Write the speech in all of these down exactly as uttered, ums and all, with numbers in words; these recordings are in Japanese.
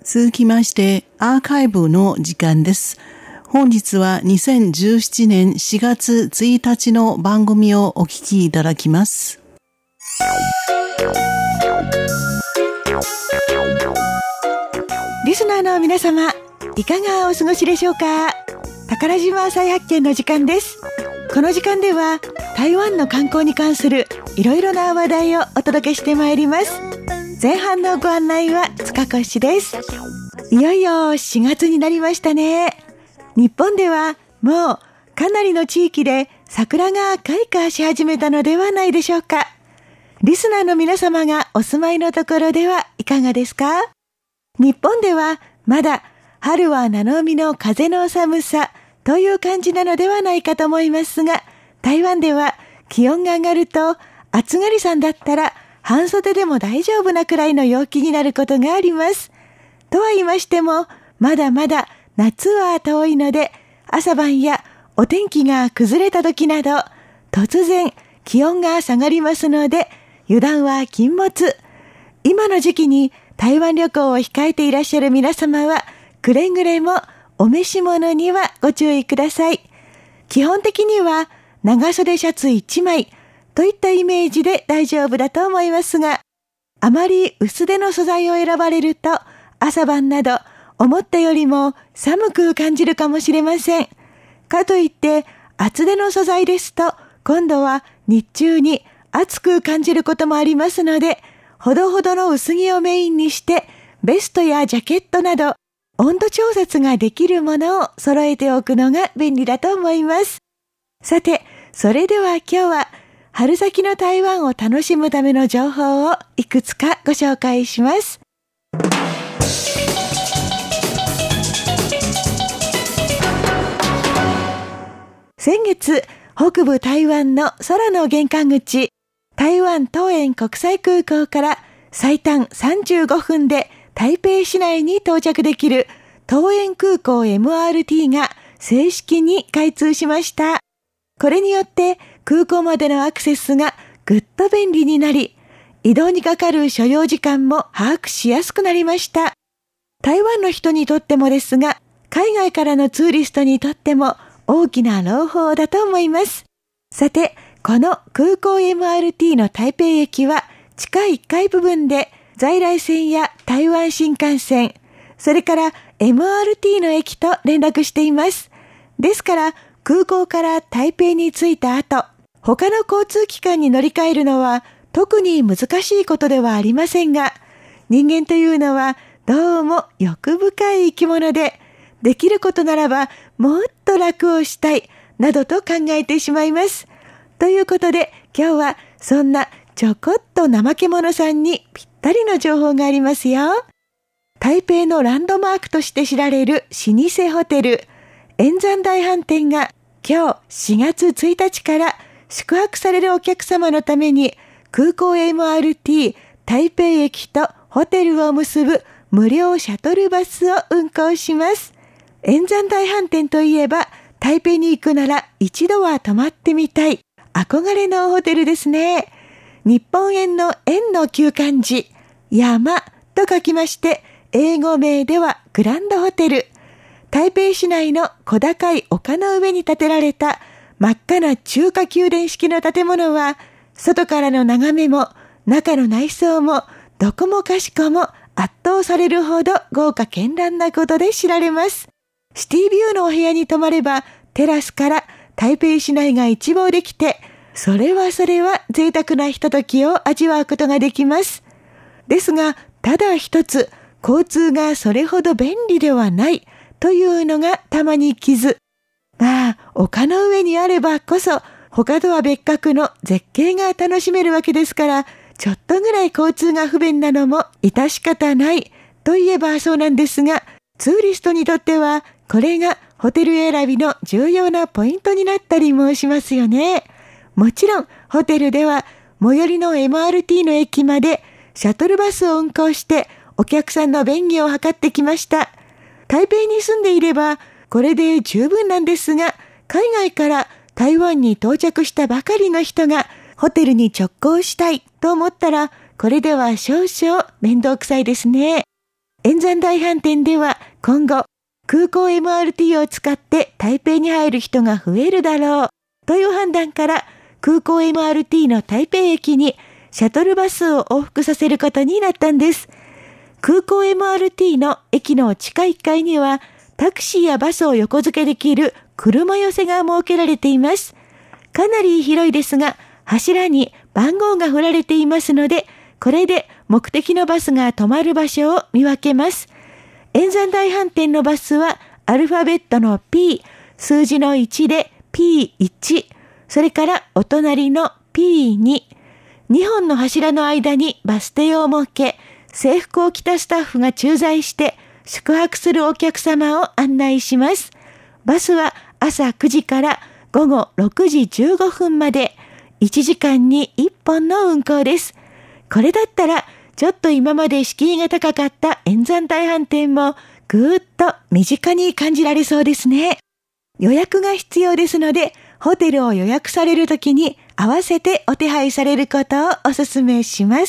続きましてアーカイブの時間です。本日はにせんじゅうななねんしがつついたちの番組をお聞きいただきます。 リスナーの皆様、いかがお過ごしでしょうか。宝島再発見の時間です。この時間では台湾の観光に関するいろいろな話題をお届けしてまいります。前半のご案内は塚越です。いよいよしがつになりましたね。日本ではもうかなりの地域で桜が開花し始めたのではないでしょうか。リスナーの皆様がお住まいのところではいかがですか。日本ではまだ春は七海の風の寒さという感じなのではないかと思いますが、台湾では気温が上がると暑がりさんだったら半袖でも大丈夫なくらいの陽気になることがあります。とは言いましても、まだまだ夏は遠いので、朝晩やお天気が崩れた時など、突然気温が下がりますので、油断は禁物。今の時期に台湾旅行を控えていらっしゃる皆様は、くれぐれもお召し物にはご注意ください。基本的には長袖シャツいちまいといったイメージで大丈夫だと思いますが、あまり薄手の素材を選ばれると、朝晩など思ったよりも寒く感じるかもしれません。かといって厚手の素材ですと、今度は日中に暑く感じることもありますので、ほどほどの薄着をメインにして、ベストやジャケットなど温度調節ができるものを揃えておくのが便利だと思います。さて、それでは今日は春先の台湾を楽しむための情報をいくつかご紹介します。先月、北部台湾の空の玄関口、台湾桃園国際空港から最短さんじゅうごふんで台北市内に到着できる桃園空港 エムアールティー が正式に開通しました。これによって空港までのアクセスがぐっと便利になり、移動にかかる所要時間も把握しやすくなりました。台湾の人にとってもですが、海外からのツーリストにとっても大きな朗報だと思います。さて、この空港 エムアールティー の台北駅は地下いっかい部分で在来線や台湾新幹線、それから エムアールティー の駅と連絡しています。ですから空港から台北に着いた後、他の交通機関に乗り換えるのは特に難しいことではありませんが、人間というのはどうも欲深い生き物で、できることならばもっと楽をしたいなどと考えてしまいます。ということで今日はそんなちょこっと怠け者さんにぴったりの情報がありますよ。台北のランドマークとして知られる老舗ホテル円山大飯店が今日しがつついたちから宿泊されるお客様のために空港 エムアールティー 台北駅とホテルを結ぶ無料シャトルバスを運行します。円山大飯店といえば台北に行くなら一度は泊まってみたい憧れのホテルですね。日本円の円の旧漢字山と書きまして、英語名ではグランドホテル。台北市内の小高い丘の上に建てられた真っ赤な中華宮殿式の建物は、外からの眺めも中の内装もどこもかしこも圧倒されるほど豪華絢爛なことで知られます。シティビューのお部屋に泊まればテラスから台北市内が一望できて、それはそれは贅沢なひとときを味わうことができます。ですが、ただ一つ交通がそれほど便利ではないというのがたまに傷。まあ、丘の上にあればこそ他とは別格の絶景が楽しめるわけですから、ちょっとぐらい交通が不便なのも致し方ないといえばそうなんですが、ツーリストにとってはこれがホテル選びの重要なポイントになったりもしますよね。もちろんホテルでは最寄りの エムアールティー の駅までシャトルバスを運行してお客さんの便宜を図ってきました。台北に住んでいればこれで十分なんですが、海外から台湾に到着したばかりの人がホテルに直行したいと思ったら、これでは少々面倒くさいですね。 円山大飯店では今後、空港 エムアールティー を使って台北に入る人が増えるだろうという判断から、空港 エムアールティー の台北駅にシャトルバスを往復させることになったんです。空港 エムアールティー の駅の地下いっかいには、タクシーやバスを横付けできる車寄せが設けられています。かなり広いですが、柱に番号が振られていますので、これで目的のバスが止まる場所を見分けます。円山大飯店のバスはアルファベットの P、数字のいちで ピーワン、それからお隣の ピーツー、にほんの柱の間にバス停を設け、制服を着たスタッフが駐在して宿泊するお客様を案内します。バスは朝くじからごごろくじじゅうごふんまでいちじかんにいっぽんの運行です。これだったらちょっと今まで敷居が高かった円山大飯店もぐーっと身近に感じられそうですね。予約が必要ですので、ホテルを予約されるときに合わせてお手配されることをお勧めします。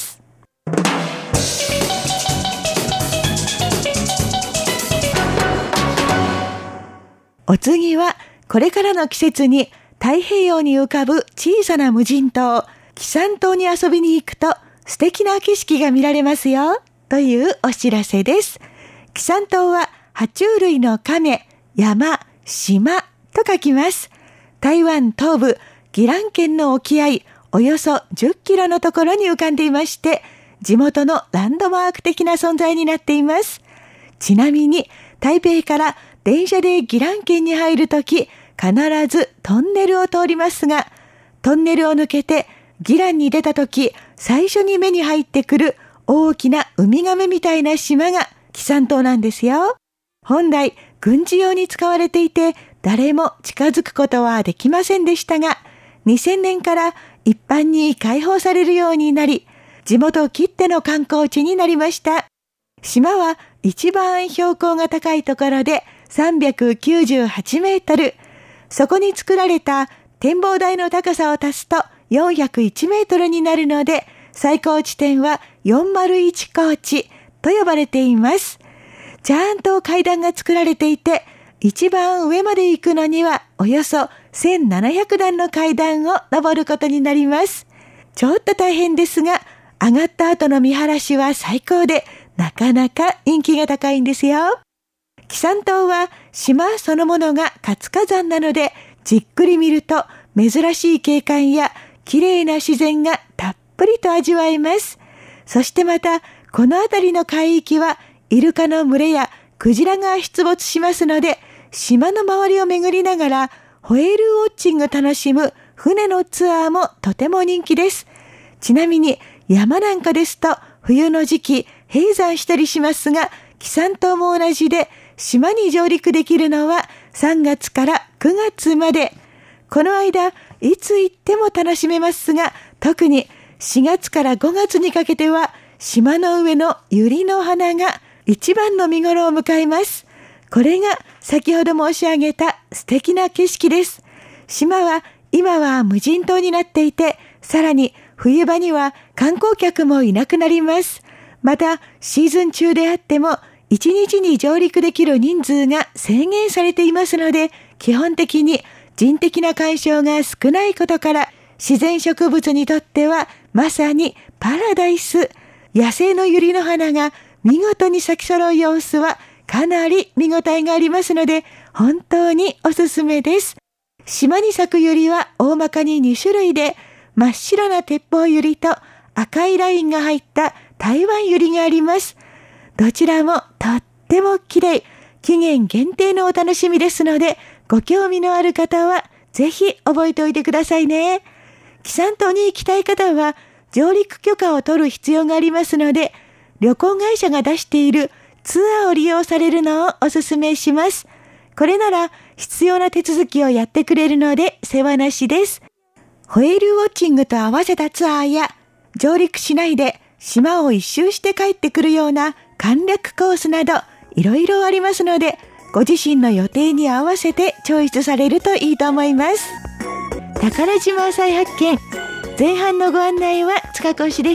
お次は、これからの季節に太平洋に浮かぶ小さな無人島、紀山島に遊びに行くと素敵な景色が見られますよ、というお知らせです。紀山島は爬虫類の亀、山、島と書きます。台湾東部、宜蘭県の沖合、およそじゅっキロのところに浮かんでいまして、地元のランドマーク的な存在になっています。ちなみに、台北から電車で宜蘭県に入るとき、必ずトンネルを通りますが、トンネルを抜けて宜蘭に出たとき、最初に目に入ってくる大きなウミガメみたいな島が紀山島なんですよ。本来、軍事用に使われていて、誰も近づくことはできませんでしたが、にせんねんから一般に開放されるようになり、地元きっての観光地になりました。島は一番標高が高いところでさんびゃくきゅうじゅうはちメートル。そこに作られた展望台の高さを足すとよんひゃくいちメートルになるので、最高地点はよんまるいち高地と呼ばれています。ちゃんと階段が作られていて、一番上まで行くのにはおよそせんななひゃくだんの階段を登ることになります。ちょっと大変ですが、上がった後の見晴らしは最高で、なかなか人気が高いんですよ。紀山島は島そのものが活火山なので、じっくり見ると珍しい景観や綺麗な自然がたっぷりと味わえます。そしてまた、この辺りの海域はイルカの群れやクジラが出没しますので、島の周りを巡りながらホエールウォッチング楽しむ船のツアーもとても人気です。ちなみに山なんかですと冬の時期閉山したりしますが、紀山島も同じで島に上陸できるのはさんがつからくがつまで。この間いつ行っても楽しめますが、特にしがつからごがつにかけては島の上の百合の花が一番の見頃を迎えます。これが先ほど申し上げた素敵な景色です。島は今は無人島になっていて、さらに冬場には観光客もいなくなります。またシーズン中であってもいちにちに上陸できる人数が制限されていますので、基本的に人的な干渉が少ないことから、自然植物にとってはまさにパラダイス。野生の百合の花が見事に咲き揃う様子はかなり見応えがありますので、本当におすすめです。島に咲く百合は大まかににしゅるいで、真っ白な鉄砲百合と赤いラインが入った台湾百合があります。どちらもとっても綺麗、期限限定のお楽しみですので、ご興味のある方はぜひ覚えておいてくださいね。紀山島に行きたい方は上陸許可を取る必要がありますので、旅行会社が出しているツアーを利用されるのをお勧めします。これなら必要な手続きをやってくれるので世話なしです。ホエールウォッチングと合わせたツアーや、上陸しないで島を一周して帰ってくるような簡略コースなどいろいろありますので、ご自身の予定に合わせてチョイスされるといいと思います。宝島再発見、前半のご案内は塚越で